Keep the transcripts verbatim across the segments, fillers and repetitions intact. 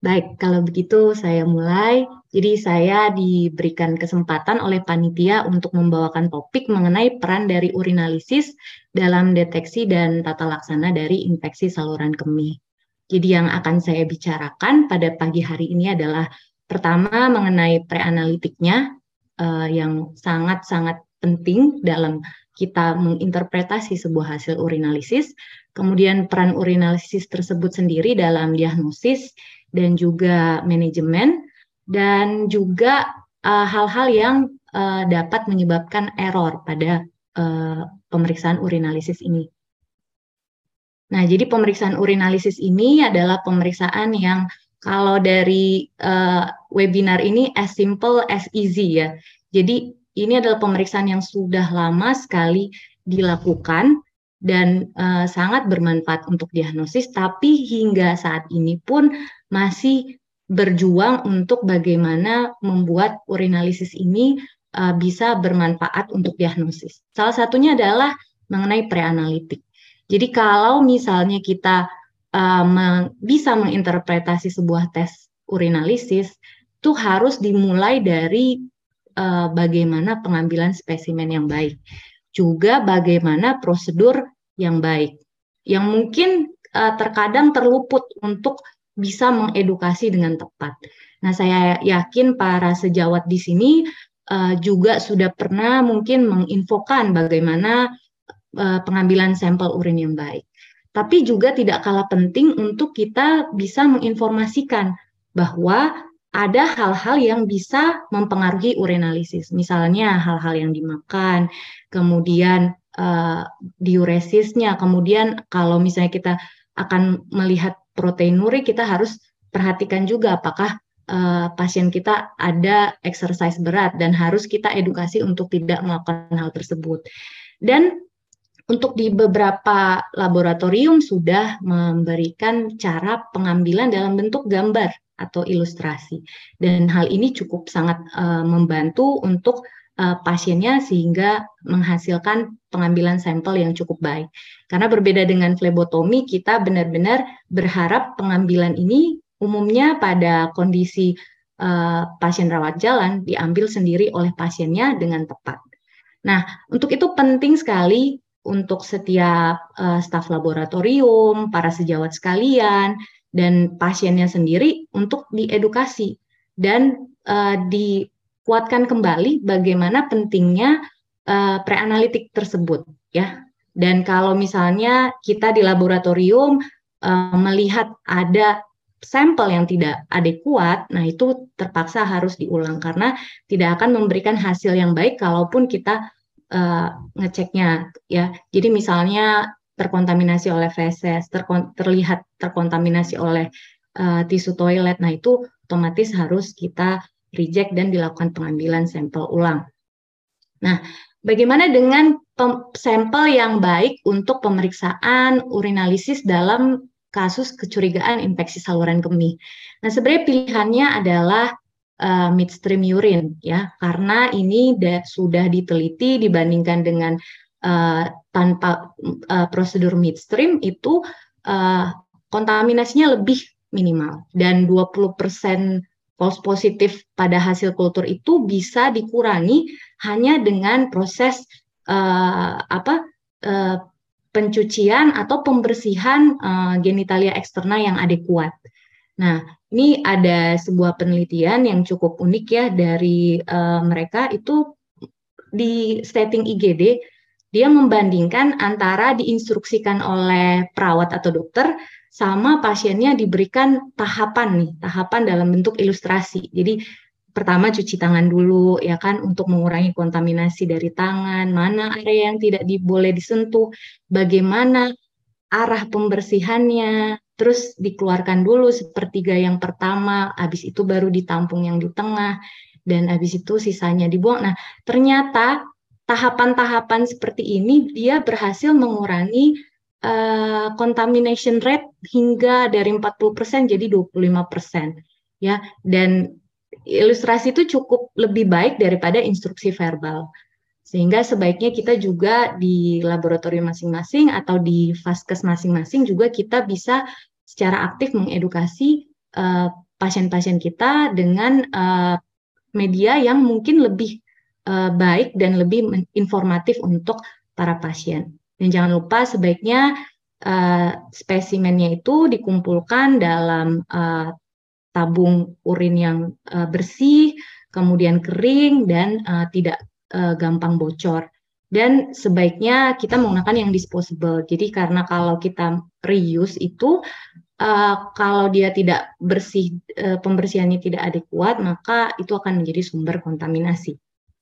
Baik, kalau begitu saya mulai. Jadi saya diberikan kesempatan oleh panitia untuk membawakan topik mengenai peran dari urinalisis dalam deteksi dan tata laksana dari infeksi saluran kemih. Jadi yang akan saya bicarakan pada pagi hari ini adalah pertama mengenai preanalitiknya, eh, yang sangat-sangat penting dalam kita menginterpretasi sebuah hasil urinalisis, kemudian peran urinalisis tersebut sendiri dalam diagnosis dan juga manajemen, dan juga uh, hal-hal yang uh, dapat menyebabkan error pada uh, pemeriksaan urinalisis ini. Nah, jadi pemeriksaan urinalisis ini adalah pemeriksaan yang kalau dari uh, webinar ini as simple as easy ya. Jadi ini adalah pemeriksaan yang sudah lama sekali dilakukan dan uh, sangat bermanfaat untuk diagnosis, tapi hingga saat ini pun masih berjuang untuk bagaimana membuat urinalisis ini uh, bisa bermanfaat untuk diagnosis. Salah satunya adalah mengenai preanalitik. Jadi kalau misalnya kita uh, meng, bisa menginterpretasi sebuah tes urinalisis, itu harus dimulai dari uh, bagaimana pengambilan spesimen yang baik, juga bagaimana prosedur yang baik, yang mungkin uh, terkadang terluput untuk bisa mengedukasi dengan tepat. Nah, saya yakin para sejawat di sini uh, juga sudah pernah mungkin menginfokan bagaimana uh, pengambilan sampel urin yang baik. Tapi juga tidak kalah penting untuk kita bisa menginformasikan bahwa ada hal-hal yang bisa mempengaruhi urinalisis. Misalnya hal-hal yang dimakan, kemudian uh, diuresisnya, kemudian kalau misalnya kita akan melihat proteinuria, kita harus perhatikan juga apakah uh, pasien kita ada exercise berat dan harus kita edukasi untuk tidak melakukan hal tersebut. Dan untuk di beberapa laboratorium sudah memberikan cara pengambilan dalam bentuk gambar atau ilustrasi. Dan hal ini cukup sangat uh, membantu untuk uh, pasiennya sehingga menghasilkan pengambilan sampel yang cukup baik. Karena berbeda dengan flebotomi, kita benar-benar berharap pengambilan ini umumnya pada kondisi uh, pasien rawat jalan diambil sendiri oleh pasiennya dengan tepat. Nah, untuk itu penting sekali untuk setiap uh, staf laboratorium, para sejawat sekalian, dan pasiennya sendiri untuk diedukasi dan uh, dikuatkan kembali bagaimana pentingnya uh, preanalitik tersebut, ya. Dan kalau misalnya kita di laboratorium uh, melihat ada sampel yang tidak adekuat, nah itu terpaksa harus diulang karena tidak akan memberikan hasil yang baik kalaupun kita uh, ngeceknya, ya. Jadi misalnya terkontaminasi oleh feses, terkon terlihat terkontaminasi oleh uh, tisu toilet, nah itu otomatis harus kita reject dan dilakukan pengambilan sampel ulang. Nah, bagaimana dengan sampel yang baik untuk pemeriksaan urinalisis dalam kasus kecurigaan infeksi saluran kemih? Nah, sebenarnya pilihannya adalah uh, midstream urine, ya, karena ini sudah diteliti dibandingkan dengan uh, tanpa uh, prosedur midstream itu uh, kontaminasinya lebih minimal dan dua puluh persen false positif pada hasil kultur itu bisa dikurangi hanya dengan proses uh, apa uh, pencucian atau pembersihan uh, genitalia eksterna yang adekuat. Nah, ini ada sebuah penelitian yang cukup unik ya dari uh, mereka itu di setting I G D, dia membandingkan antara diinstruksikan oleh perawat atau dokter sama pasiennya diberikan tahapan nih, tahapan dalam bentuk ilustrasi. Jadi pertama cuci tangan dulu ya kan untuk mengurangi kontaminasi dari tangan, mana area yang tidak di, boleh disentuh, bagaimana arah pembersihannya, terus dikeluarkan dulu sepertiga yang pertama, habis itu baru ditampung yang di tengah, dan habis itu sisanya dibuang. Nah, ternyata tahapan-tahapan seperti ini dia berhasil mengurangi uh, contamination rate hingga dari empat puluh persen jadi dua puluh lima persen ya, dan ilustrasi itu cukup lebih baik daripada instruksi verbal. Sehingga sebaiknya kita juga di laboratorium masing-masing atau di vaskes masing-masing juga kita bisa secara aktif mengedukasi uh, pasien-pasien kita dengan uh, media yang mungkin lebih uh, baik dan lebih informatif untuk para pasien. Dan jangan lupa sebaiknya uh, spesimennya itu dikumpulkan dalam uh, tabung urin yang uh, bersih, kemudian kering dan uh, tidak uh, gampang bocor. Dan sebaiknya kita menggunakan yang disposable. Jadi karena kalau kita reuse itu uh, kalau dia tidak bersih, uh, pembersihannya tidak adekuat, maka itu akan menjadi sumber kontaminasi.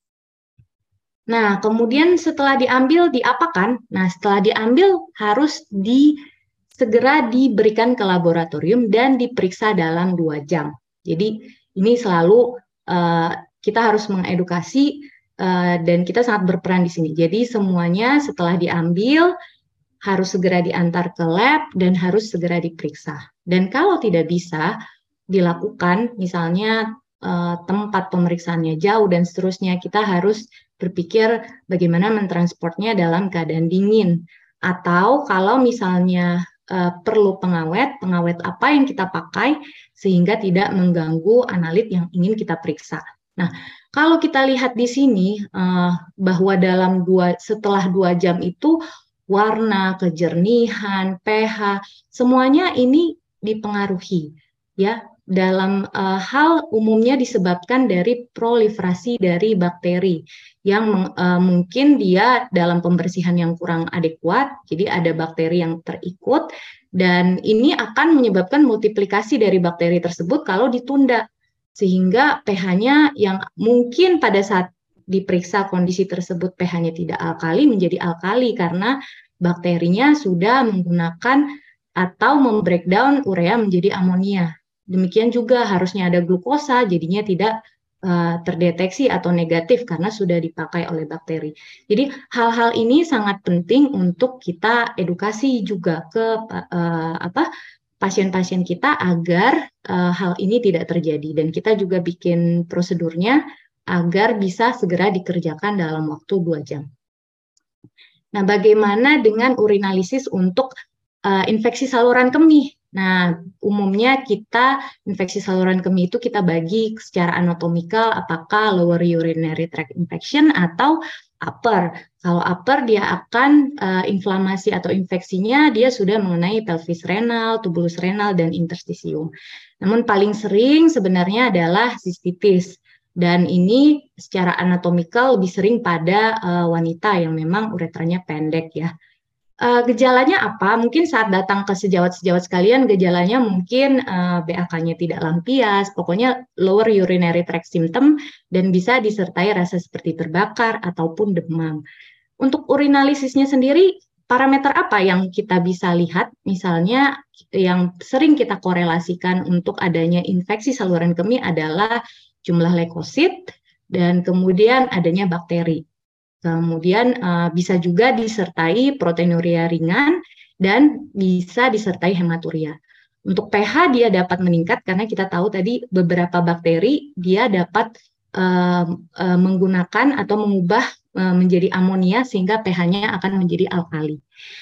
Nah, kemudian setelah diambil diapakan? Nah, setelah diambil harus di segera diberikan ke laboratorium dan diperiksa dalam dua jam. Jadi ini selalu uh, kita harus mengedukasi uh, dan kita sangat berperan di sini. Jadi semuanya setelah diambil harus segera diantar ke lab dan harus segera diperiksa. Dan kalau tidak bisa dilakukan, misalnya uh, tempat pemeriksaannya jauh dan seterusnya, kita harus berpikir bagaimana mentransportnya dalam keadaan dingin. Atau kalau misalnya Uh, perlu pengawet, pengawet apa yang kita pakai sehingga tidak mengganggu analit yang ingin kita periksa. Nah, kalau kita lihat di sini uh, bahwa dalam dua setelah dua jam itu warna, kejernihan, pH, semuanya ini dipengaruhi ya. Dalam uh, hal umumnya disebabkan dari proliferasi dari bakteri yang uh, mungkin dia dalam pembersihan yang kurang adekuat, jadi ada bakteri yang terikut dan ini akan menyebabkan multiplikasi dari bakteri tersebut kalau ditunda sehingga pH-nya yang mungkin pada saat diperiksa kondisi tersebut pH-nya tidak alkali menjadi alkali karena bakterinya sudah menggunakan atau membreakdown urea menjadi amonia. Demikian juga harusnya ada glukosa, jadinya tidak uh, terdeteksi atau negatif karena sudah dipakai oleh bakteri. Jadi hal-hal ini sangat penting untuk kita edukasi juga ke uh, apa pasien-pasien kita agar uh, hal ini tidak terjadi. Dan kita juga bikin prosedurnya agar bisa segera dikerjakan dalam waktu dua jam. Nah, bagaimana dengan urinalisis untuk uh, infeksi saluran kemih? Nah, umumnya kita infeksi saluran kemih itu kita bagi secara anatomikal apakah lower urinary tract infection atau upper. Kalau upper dia akan uh, inflamasi atau infeksinya dia sudah mengenai pelvis renal, tubulus renal dan interstisium. Namun paling sering sebenarnya adalah sistitis. Dan ini secara anatomikal lebih sering pada uh, wanita yang memang uretranya pendek ya. Uh, gejalanya apa? Mungkin saat datang ke sejawat-sejawat sekalian, gejalanya mungkin uh, B A K-nya tidak lampias, pokoknya lower urinary tract symptom, dan bisa disertai rasa seperti terbakar ataupun demam. Untuk urinalisisnya sendiri, parameter apa yang kita bisa lihat? Misalnya yang sering kita korelasikan untuk adanya infeksi saluran kemih adalah jumlah leukosit, dan kemudian adanya bakteri. Kemudian uh, bisa juga disertai proteinuria ringan dan bisa disertai hematuria. Untuk pH dia dapat meningkat karena kita tahu tadi beberapa bakteri dia dapat uh, uh, menggunakan atau mengubah uh, menjadi amonia sehingga pH-nya akan menjadi alkali.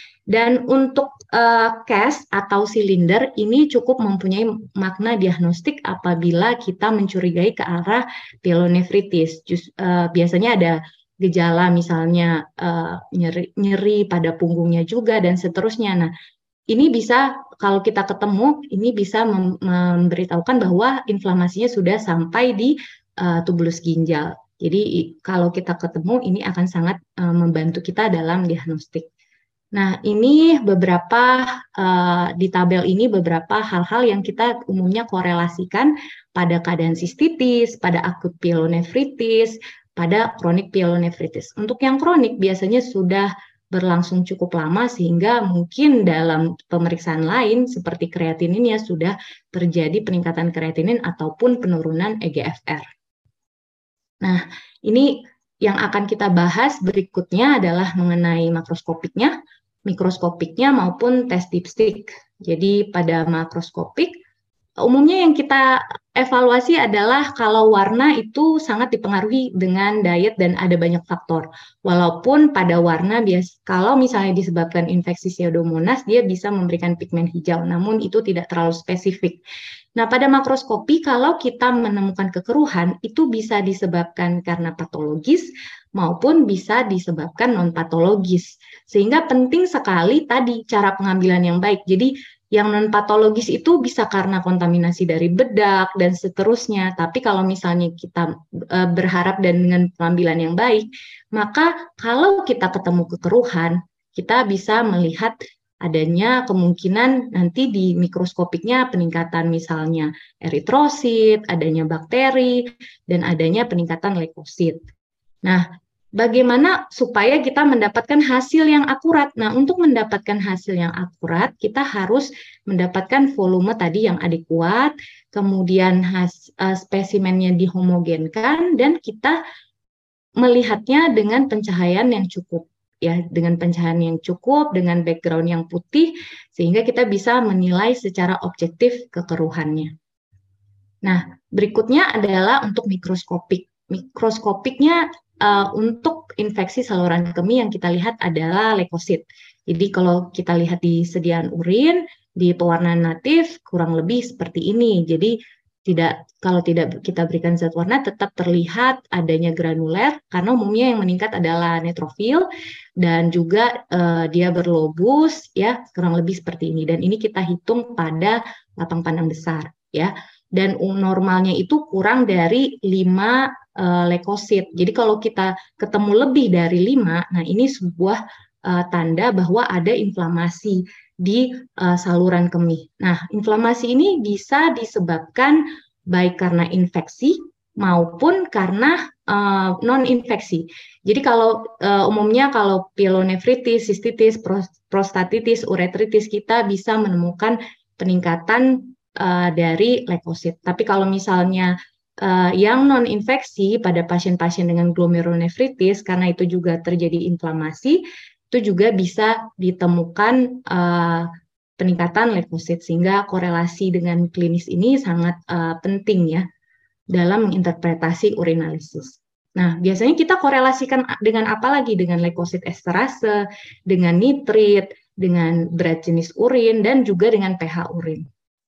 Dan untuk uh, cast atau silinder ini cukup mempunyai makna diagnostik apabila kita mencurigai ke arah pyelonefritis. Just, uh, biasanya ada gejala misalnya uh, nyeri, nyeri pada punggungnya juga dan seterusnya. Nah, ini bisa kalau kita ketemu, ini bisa mem memberitahukan bahwa inflamasinya sudah sampai di uh, tubulus ginjal. Jadi kalau kita ketemu, ini akan sangat uh, membantu kita dalam diagnostik. Nah, ini beberapa uh, di tabel ini beberapa hal-hal yang kita umumnya korelasikan pada keadaan sistitis, pada akut pyelonefritis, pada kronik pyelonefritis. Untuk yang kronik biasanya sudah berlangsung cukup lama sehingga mungkin dalam pemeriksaan lain seperti kreatinin ya sudah terjadi peningkatan kreatinin ataupun penurunan E G F R. Nah, ini yang akan kita bahas berikutnya adalah mengenai makroskopiknya, mikroskopiknya maupun tes dipstick. Jadi pada makroskopik umumnya yang kita evaluasi adalah kalau warna itu sangat dipengaruhi dengan diet dan ada banyak faktor. Walaupun pada warna bias, kalau misalnya disebabkan infeksi Pseudomonas, dia bisa memberikan pigmen hijau, namun itu tidak terlalu spesifik. Nah, pada makroskopi kalau kita menemukan kekeruhan, itu bisa disebabkan karena patologis maupun bisa disebabkan non-patologis. Sehingga penting sekali tadi cara pengambilan yang baik. Jadi yang non-patologis itu bisa karena kontaminasi dari bedak dan seterusnya. Tapi kalau misalnya kita e, berharap dan dengan pengambilan yang baik, maka kalau kita ketemu kekeruhan, kita bisa melihat adanya kemungkinan nanti di mikroskopiknya peningkatan misalnya eritrosit, adanya bakteri, dan adanya peningkatan leukosit. Nah, bagaimana supaya kita mendapatkan hasil yang akurat? Nah, untuk mendapatkan hasil yang akurat, kita harus mendapatkan volume tadi yang adekuat, kemudian has, uh, spesimennya dihomogenkan, dan kita melihatnya dengan pencahayaan yang cukup. Ya, dengan pencahayaan yang cukup, dengan background yang putih, sehingga kita bisa menilai secara objektif kekeruhannya. Nah, berikutnya adalah untuk mikroskopik. Mikroskopiknya Uh, untuk infeksi saluran kemih yang kita lihat adalah leukosit. Jadi kalau kita lihat di sediaan urin, di pewarnaan natif kurang lebih seperti ini. Jadi tidak kalau tidak kita berikan zat warna tetap terlihat adanya granuler karena umumnya yang meningkat adalah neutrofil dan juga uh, dia berlobus ya kurang lebih seperti ini. Dan ini kita hitung pada lapang pandang besar ya. Dan normalnya itu kurang dari lima uh, leukosit. Jadi kalau kita ketemu lebih dari lima, nah ini sebuah uh, tanda bahwa ada inflamasi di uh, saluran kemih. Nah, inflamasi ini bisa disebabkan baik karena infeksi maupun karena uh, non-infeksi. Jadi kalau uh, umumnya kalau pielonefritis, sistitis, prostatitis, uretritis kita bisa menemukan peningkatan Uh, dari leukosit. Tapi kalau misalnya uh, yang non-infeksi pada pasien-pasien dengan glomerulonefritis, karena itu juga terjadi inflamasi, itu juga bisa ditemukan uh, peningkatan leukosit, sehingga korelasi dengan klinis ini sangat uh, penting ya dalam menginterpretasi urinalisis. Nah, biasanya kita korelasikan dengan apa lagi? Dengan leukosit esterase, dengan nitrit, dengan berat jenis urin, dan juga dengan pH urin.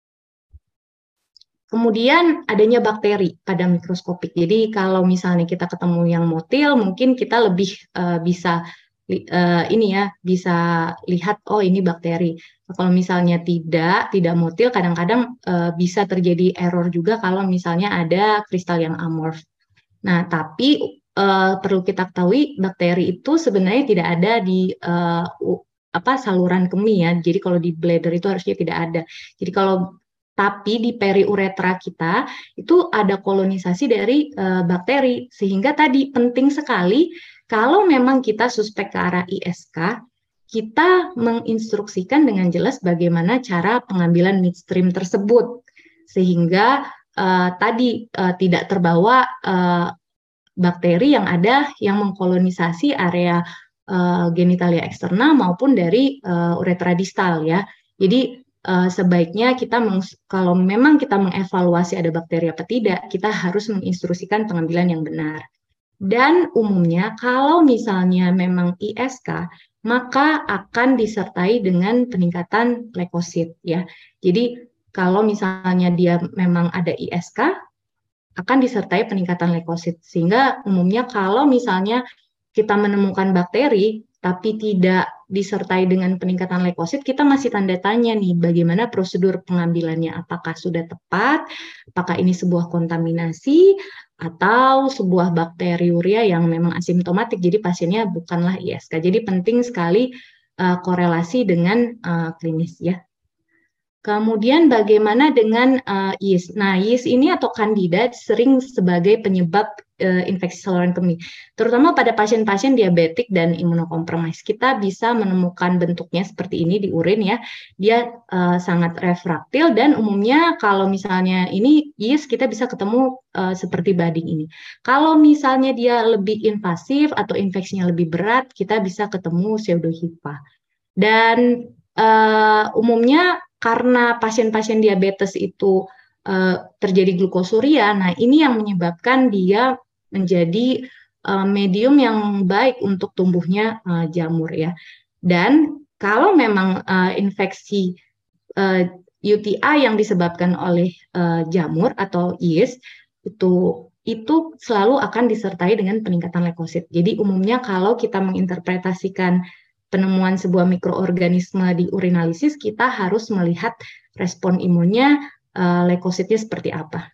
Kemudian adanya bakteri pada mikroskopik. Jadi kalau misalnya kita ketemu yang motil, mungkin kita lebih uh, bisa uh, ini ya bisa lihat oh ini bakteri. Kalau misalnya tidak tidak motil, kadang-kadang uh, bisa terjadi error juga kalau misalnya ada kristal yang amorf. Nah, tapi uh, perlu kita ketahui bakteri itu sebenarnya tidak ada di uh, apa saluran kemih ya. Jadi kalau di bladder itu harusnya tidak ada. Jadi kalau tapi di periuretra kita itu ada kolonisasi dari e, bakteri, sehingga tadi penting sekali kalau memang kita suspek ke arah I S K, kita menginstruksikan dengan jelas bagaimana cara pengambilan midstream tersebut, sehingga e, tadi e, tidak terbawa e, bakteri yang ada yang mengkolonisasi area e, genitalia eksterna maupun dari e, uretra distal ya. Jadi Uh, sebaiknya kita meng, kalau memang kita mengevaluasi ada bakteri apa tidak, kita harus menginstruksikan pengambilan yang benar. Dan umumnya kalau misalnya memang I S K, maka akan disertai dengan peningkatan leukosit ya. Jadi kalau misalnya dia memang ada I S K, akan disertai peningkatan leukosit. Sehingga umumnya kalau misalnya kita menemukan bakteri tapi tidak disertai dengan peningkatan leukosit, kita masih tanda tanya nih bagaimana prosedur pengambilannya, apakah sudah tepat, apakah ini sebuah kontaminasi atau sebuah bakteriuria yang memang asimptomatik, jadi pasiennya bukanlah I S K. Jadi penting sekali uh, korelasi dengan uh, klinis ya. Kemudian bagaimana dengan uh, yeast? Nah, yeast ini atau candida sering sebagai penyebab uh, infeksi saluran kemih, terutama pada pasien-pasien diabetik dan imunokompromis. Kita bisa menemukan bentuknya seperti ini di urin ya. Dia uh, sangat refraktil dan umumnya kalau misalnya ini yeast kita bisa ketemu uh, seperti bading ini. Kalau misalnya dia lebih invasif atau infeksinya lebih berat, kita bisa ketemu pseudohifa. Dan uh, umumnya karena pasien-pasien diabetes itu uh, terjadi glukosuria. Nah, ini yang menyebabkan dia menjadi uh, medium yang baik untuk tumbuhnya uh, jamur ya. Dan kalau memang uh, infeksi uh, U T I yang disebabkan oleh uh, jamur atau yeast itu itu selalu akan disertai dengan peningkatan leukosit. Jadi umumnya kalau kita menginterpretasikan penemuan sebuah mikroorganisme di urinalisis, kita harus melihat respon imunnya, uh, leukositnya seperti apa.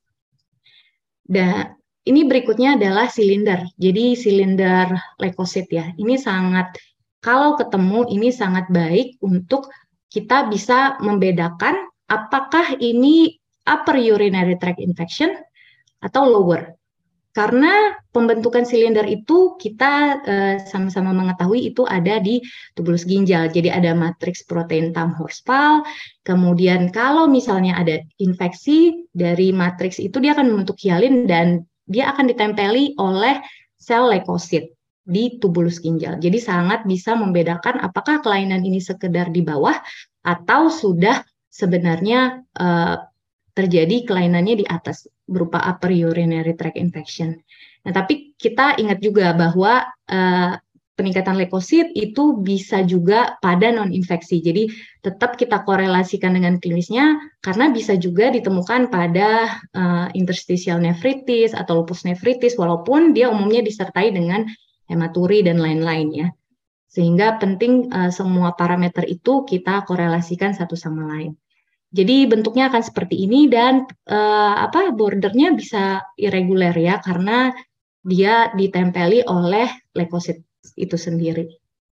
Dan ini berikutnya adalah silinder. Jadi silinder leukosit ya. Ini sangat, kalau ketemu ini sangat baik untuk kita bisa membedakan apakah ini upper urinary tract infection atau lower. Karena pembentukan silinder itu kita eh, sama-sama mengetahui itu ada di tubulus ginjal. Jadi ada matriks protein Tam-Horsfall. Kemudian kalau misalnya ada infeksi dari matriks itu, dia akan membentuk hialin dan dia akan ditempeli oleh sel leukosit di tubulus ginjal. Jadi sangat bisa membedakan apakah kelainan ini sekedar di bawah atau sudah sebenarnya eh, terjadi kelainannya di atas berupa upper urinary tract infection. Nah, tapi kita ingat juga bahwa uh, peningkatan leukosit itu bisa juga pada non-infeksi. Jadi tetap kita korelasikan dengan klinisnya karena bisa juga ditemukan pada uh, interstitial nephritis atau lupus nephritis walaupun dia umumnya disertai dengan hematuri dan lain-lain ya. Sehingga penting uh, semua parameter itu kita korelasikan satu sama lain. Jadi bentuknya akan seperti ini dan uh, apa bordernya bisa irregular ya karena dia ditempeli oleh leukosit itu sendiri.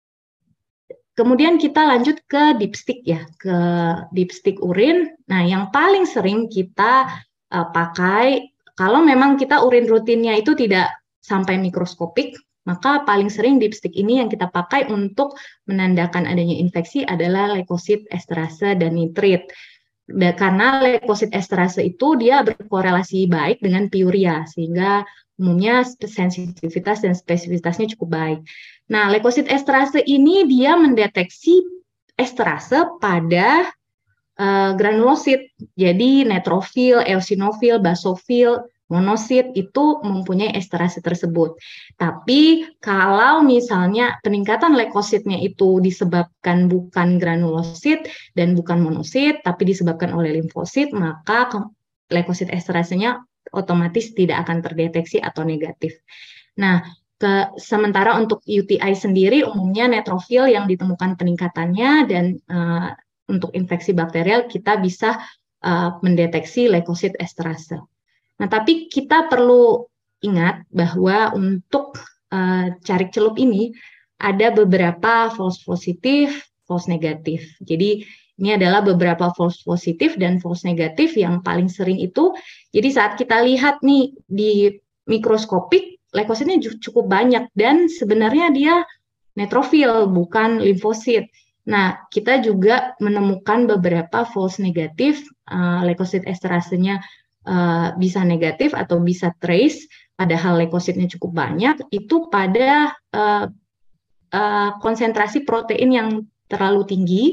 Kemudian kita lanjut ke dipstick ya, ke dipstick urin. Nah, yang paling sering kita uh, pakai kalau memang kita urin rutinnya itu tidak sampai mikroskopik, maka paling sering dipstick ini yang kita pakai untuk menandakan adanya infeksi adalah leukosit esterase dan nitrit. Karena leukosit esterase itu dia berkorelasi baik dengan piuria sehingga umumnya sensitivitas dan spesifitasnya cukup baik. Nah, leukosit esterase ini dia mendeteksi esterase pada uh, granulosit. Jadi neutrofil, eosinofil, basofil, monosit itu mempunyai esterase tersebut. Tapi kalau misalnya peningkatan leukositnya itu disebabkan bukan granulosit dan bukan monosit, tapi disebabkan oleh limfosit, maka leukosit esterasenya otomatis tidak akan terdeteksi atau negatif. Nah, ke, sementara untuk U T I sendiri umumnya neutrofil yang ditemukan peningkatannya dan uh, untuk infeksi bakterial kita bisa uh, mendeteksi leukosit esterase. Nah, tapi kita perlu ingat bahwa untuk uh, carik celup ini ada beberapa false positif, false negatif. Jadi ini adalah beberapa false positif dan false negatif yang paling sering itu. Jadi saat kita lihat nih di mikroskopik, leukositnya cukup banyak dan sebenarnya dia neutrofil bukan limfosit. Nah, kita juga menemukan beberapa false negatif, uh, leukosit esterasenya Uh, bisa negatif atau bisa trace, padahal leukositnya cukup banyak, itu pada uh, uh, konsentrasi protein yang terlalu tinggi,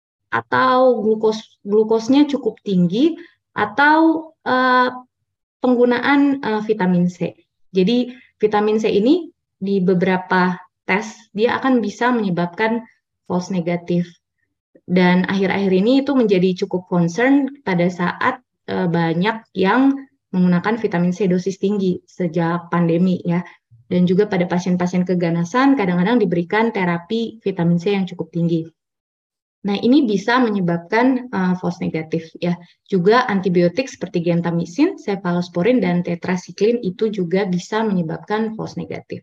atau glukos glukosnya cukup tinggi, atau uh, penggunaan uh, vitamin C. Jadi vitamin C ini di beberapa tes dia akan bisa menyebabkan false negatif. Dan akhir-akhir ini itu menjadi cukup concern pada saat banyak yang menggunakan vitamin C dosis tinggi sejak pandemi ya. Dan juga pada pasien-pasien keganasan kadang-kadang diberikan terapi vitamin C yang cukup tinggi. Nah, ini bisa menyebabkan uh, false negatif ya. Juga antibiotik seperti gentamicin, cefalosporin dan tetracycline itu juga bisa menyebabkan false negatif.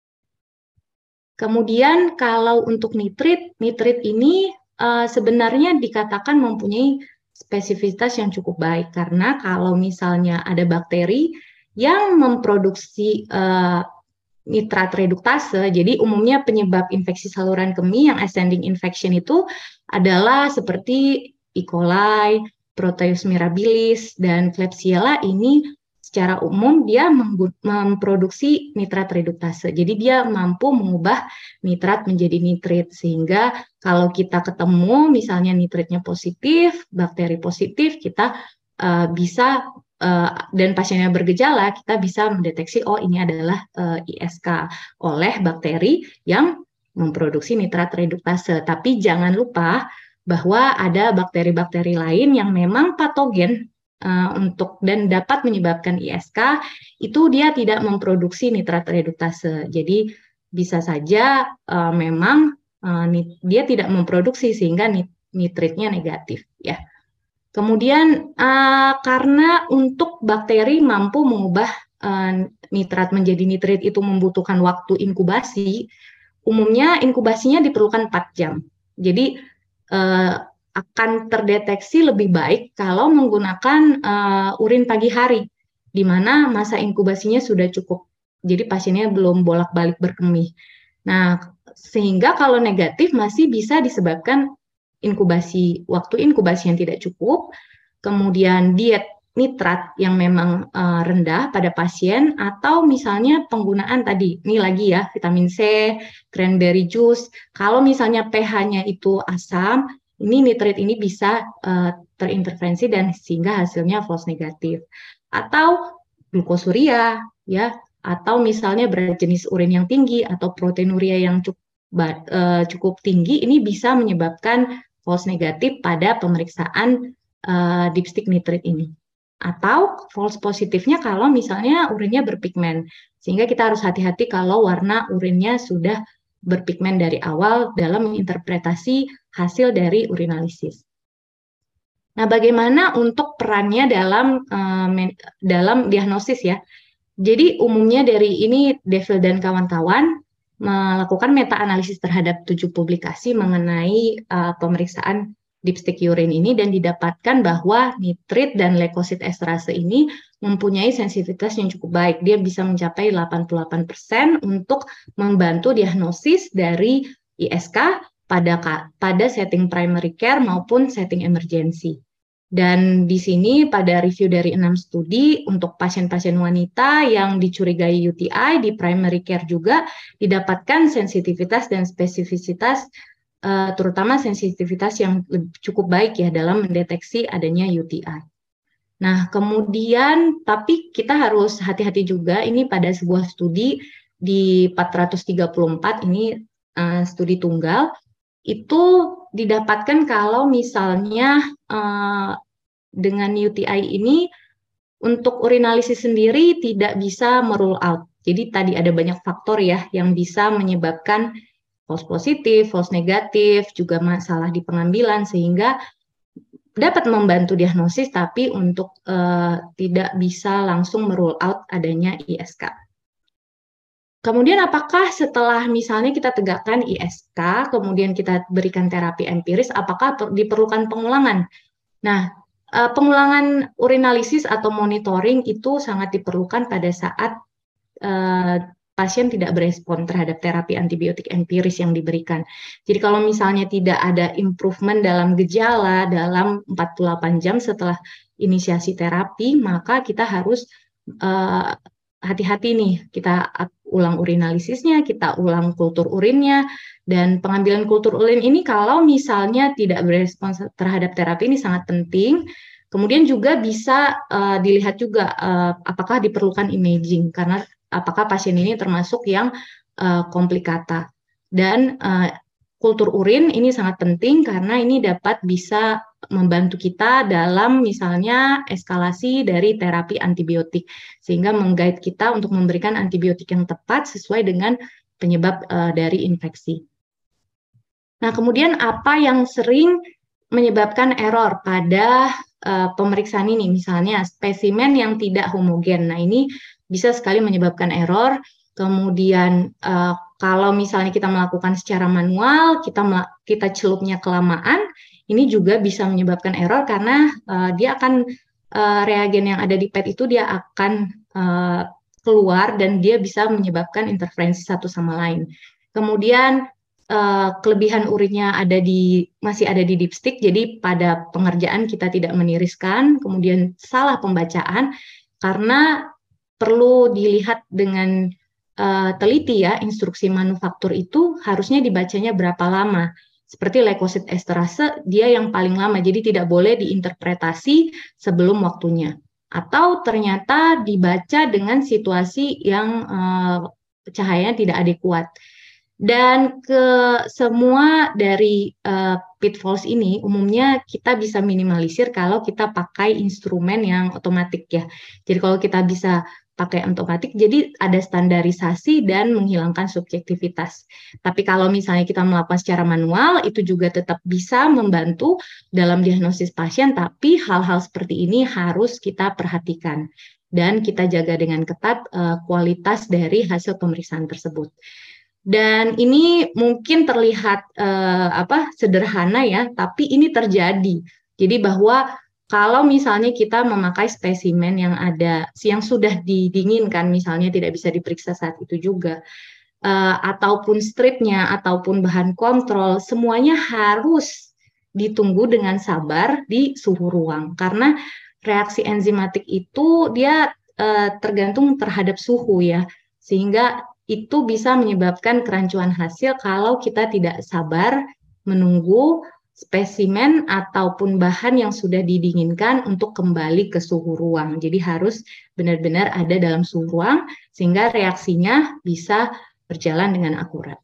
Kemudian kalau untuk nitrit, nitrit ini uh, sebenarnya dikatakan mempunyai spesifitas yang cukup baik karena kalau misalnya ada bakteri yang memproduksi uh, nitrat reduktase, jadi umumnya penyebab infeksi saluran kemih yang ascending infection itu adalah seperti E. coli, Proteus mirabilis, dan Klebsiella ini secara umum dia memproduksi nitrat reduktase. Jadi dia mampu mengubah nitrat menjadi nitrit sehingga kalau kita ketemu misalnya nitritnya positif, bakteri positif, kita uh, bisa uh, dan pasiennya bergejala, kita bisa mendeteksi oh ini adalah uh, I S K oleh bakteri yang memproduksi nitrat reduktase. Tapi jangan lupa bahwa ada bakteri-bakteri lain yang memang patogen uh, untuk dan dapat menyebabkan I S K, itu dia tidak memproduksi nitrat reduktase. Jadi bisa saja uh, memang uh, nit, dia tidak memproduksi sehingga nit, nitritnya negatif ya. Kemudian uh, karena untuk bakteri mampu mengubah uh, nitrat menjadi nitrit itu membutuhkan waktu inkubasi, umumnya inkubasinya diperlukan empat jam. Jadi uh, akan terdeteksi lebih baik kalau menggunakan uh, urin pagi hari, di mana masa inkubasinya sudah cukup. Jadi pasiennya belum bolak-balik berkemih. Nah, sehingga kalau negatif masih bisa disebabkan inkubasi, waktu inkubasi yang tidak cukup, kemudian diet nitrat yang memang uh, rendah pada pasien, atau misalnya penggunaan tadi, ini lagi ya, vitamin C, cranberry juice, kalau misalnya pH-nya itu asam, ini nitrit ini bisa uh, terintervensi dan sehingga hasilnya false negatif. Atau glukosuria, ya, atau misalnya berat jenis urin yang tinggi, atau proteinuria yang cukup, uh, cukup tinggi, ini bisa menyebabkan false negatif pada pemeriksaan uh, dipstick nitrit ini. Atau false positifnya kalau misalnya urinnya berpigmen, sehingga kita harus hati-hati kalau warna urinnya sudah berpigmen dari awal dalam menginterpretasi hasil dari urinalisis. Nah, bagaimana untuk perannya dalam uh, dalam diagnosis ya? Jadi umumnya dari ini Devil dan kawan-kawan melakukan meta-analisis terhadap tujuh publikasi mengenai uh, pemeriksaan dipstick urine ini dan didapatkan bahwa nitrit dan leukosit esterase ini mempunyai sensitivitas yang cukup baik. Dia bisa mencapai delapan puluh delapan persen untuk membantu diagnosis dari I S K pada pada setting primary care maupun setting emergency. Dan di sini pada review dari enam studi untuk pasien-pasien wanita yang dicurigai U T I di primary care juga didapatkan sensitivitas dan spesifisitas, uh, terutama sensitivitas yang cukup baik ya dalam mendeteksi adanya U T I. Nah, kemudian tapi kita harus hati-hati juga ini pada sebuah studi di empat ratus tiga puluh empat, ini uh, studi tunggal, itu didapatkan kalau misalnya uh, dengan U T I ini untuk urinalisis sendiri tidak bisa merule out. Jadi tadi ada banyak faktor ya yang bisa menyebabkan false positif, false negatif, juga masalah di pengambilan sehingga dapat membantu diagnosis tapi untuk uh, tidak bisa langsung merule out adanya I S K. Kemudian apakah setelah misalnya kita tegakkan I S K, kemudian kita berikan terapi empiris, apakah diperlukan pengulangan? Nah, pengulangan urinalisis atau monitoring itu sangat diperlukan pada saat uh, pasien tidak berespon terhadap terapi antibiotik empiris yang diberikan. Jadi kalau misalnya tidak ada improvement dalam gejala dalam empat puluh delapan jam setelah inisiasi terapi, maka kita harus uh, hati-hati nih, kita ulang urinalisisnya, kita ulang kultur urinnya, dan pengambilan kultur urin ini kalau misalnya tidak berespons terhadap terapi ini sangat penting. Kemudian juga bisa uh, dilihat juga uh, apakah diperlukan imaging, karena apakah pasien ini termasuk yang uh, komplikata. Dan uh, kultur urin ini sangat penting karena ini dapat bisa membantu kita dalam misalnya eskalasi dari terapi antibiotik sehingga meng-guide kita untuk memberikan antibiotik yang tepat sesuai dengan penyebab uh, dari infeksi. Nah, kemudian apa yang sering menyebabkan error pada uh, pemeriksaan ini? Misalnya spesimen yang tidak homogen. Nah, ini bisa sekali menyebabkan error. Kemudian uh, kalau misalnya kita melakukan secara manual, kita kita celupnya kelamaan, ini juga bisa menyebabkan error karena uh, dia akan uh, reagen yang ada di pad itu dia akan uh, keluar dan dia bisa menyebabkan interferensi satu sama lain. Kemudian uh, kelebihan urinnya ada di masih ada di dipstick, jadi pada pengerjaan kita tidak meniriskan. Kemudian salah pembacaan karena perlu dilihat dengan uh, teliti ya, instruksi manufaktur itu harusnya dibacanya berapa lama. Seperti leukosit esterase, dia yang paling lama, jadi tidak boleh diinterpretasi sebelum waktunya. Atau ternyata dibaca dengan situasi yang uh, cahayanya tidak adekuat. Dan ke semua dari uh, pitfalls ini umumnya kita bisa minimalisir kalau kita pakai instrumen yang otomatik ya. Jadi kalau kita bisa pakai otomatik, jadi ada standarisasi dan menghilangkan subjektivitas. Tapi kalau misalnya kita melakukan secara manual, itu juga tetap bisa membantu dalam diagnosis pasien, tapi hal-hal seperti ini harus kita perhatikan dan kita jaga dengan ketat uh, kualitas dari hasil pemeriksaan tersebut. Dan ini mungkin terlihat eh, apa sederhana ya, tapi ini terjadi. Jadi bahwa kalau misalnya kita memakai spesimen yang ada, yang sudah didinginkan, misalnya tidak bisa diperiksa saat itu juga, eh, ataupun stripnya, ataupun bahan kontrol, semuanya harus ditunggu dengan sabar di suhu ruang. Karena reaksi enzimatik itu dia eh, tergantung terhadap suhu ya, sehingga itu bisa menyebabkan kerancuan hasil kalau kita tidak sabar menunggu spesimen ataupun bahan yang sudah didinginkan untuk kembali ke suhu ruang. Jadi harus benar-benar ada dalam suhu ruang sehingga reaksinya bisa berjalan dengan akurat.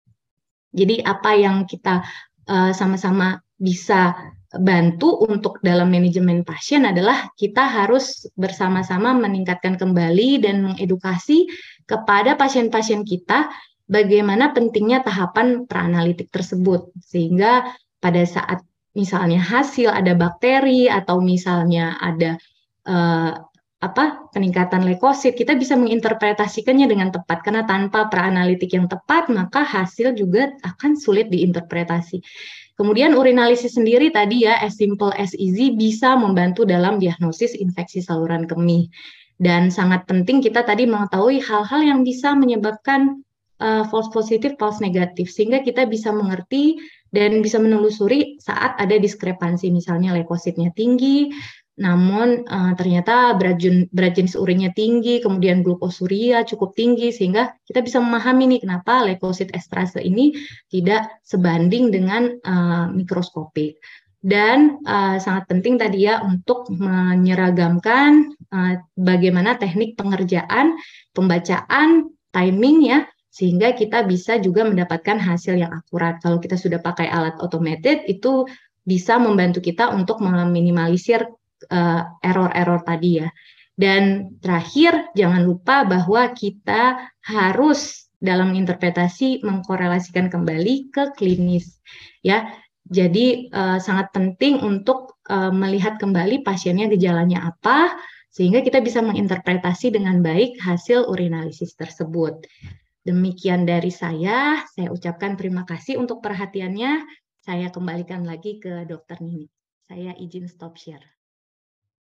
Jadi apa yang kita uh, sama-sama bisa bantu untuk dalam manajemen pasien adalah kita harus bersama-sama meningkatkan kembali dan mengedukasi kepada pasien-pasien kita bagaimana pentingnya tahapan praanalitik tersebut. Sehingga pada saat misalnya hasil ada bakteri atau misalnya ada uh, apa peningkatan leukosit, kita bisa menginterpretasikannya dengan tepat. Karena tanpa praanalitik yang tepat, maka hasil juga akan sulit diinterpretasi. Kemudian urinalisis sendiri tadi ya, as simple as easy, bisa membantu dalam diagnosis infeksi saluran kemih. Dan sangat penting kita tadi mengetahui hal-hal yang bisa menyebabkan uh, false positif, false negatif, sehingga kita bisa mengerti dan bisa menelusuri saat ada diskrepansi, misalnya leukositnya tinggi, namun uh, ternyata berat, berat jenis urinnya tinggi, kemudian glukosuria cukup tinggi, sehingga kita bisa memahami nih kenapa leukosit esterase ini tidak sebanding dengan uh, mikroskopik. Dan uh, sangat penting tadi ya untuk menyeragamkan uh, bagaimana teknik pengerjaan, pembacaan, timing ya, sehingga kita bisa juga mendapatkan hasil yang akurat. Kalau kita sudah pakai alat automated, itu bisa membantu kita untuk meminimalisir error-error uh, tadi ya. Dan terakhir, jangan lupa bahwa kita harus dalam interpretasi mengkorelasikan kembali ke klinis ya. Jadi uh, sangat penting untuk uh, melihat kembali pasiennya gejalanya apa, sehingga kita bisa menginterpretasi dengan baik hasil urinalisis tersebut. Demikian dari saya, saya ucapkan terima kasih untuk perhatiannya. Saya kembalikan lagi ke Dokter Nini. Saya izin stop share.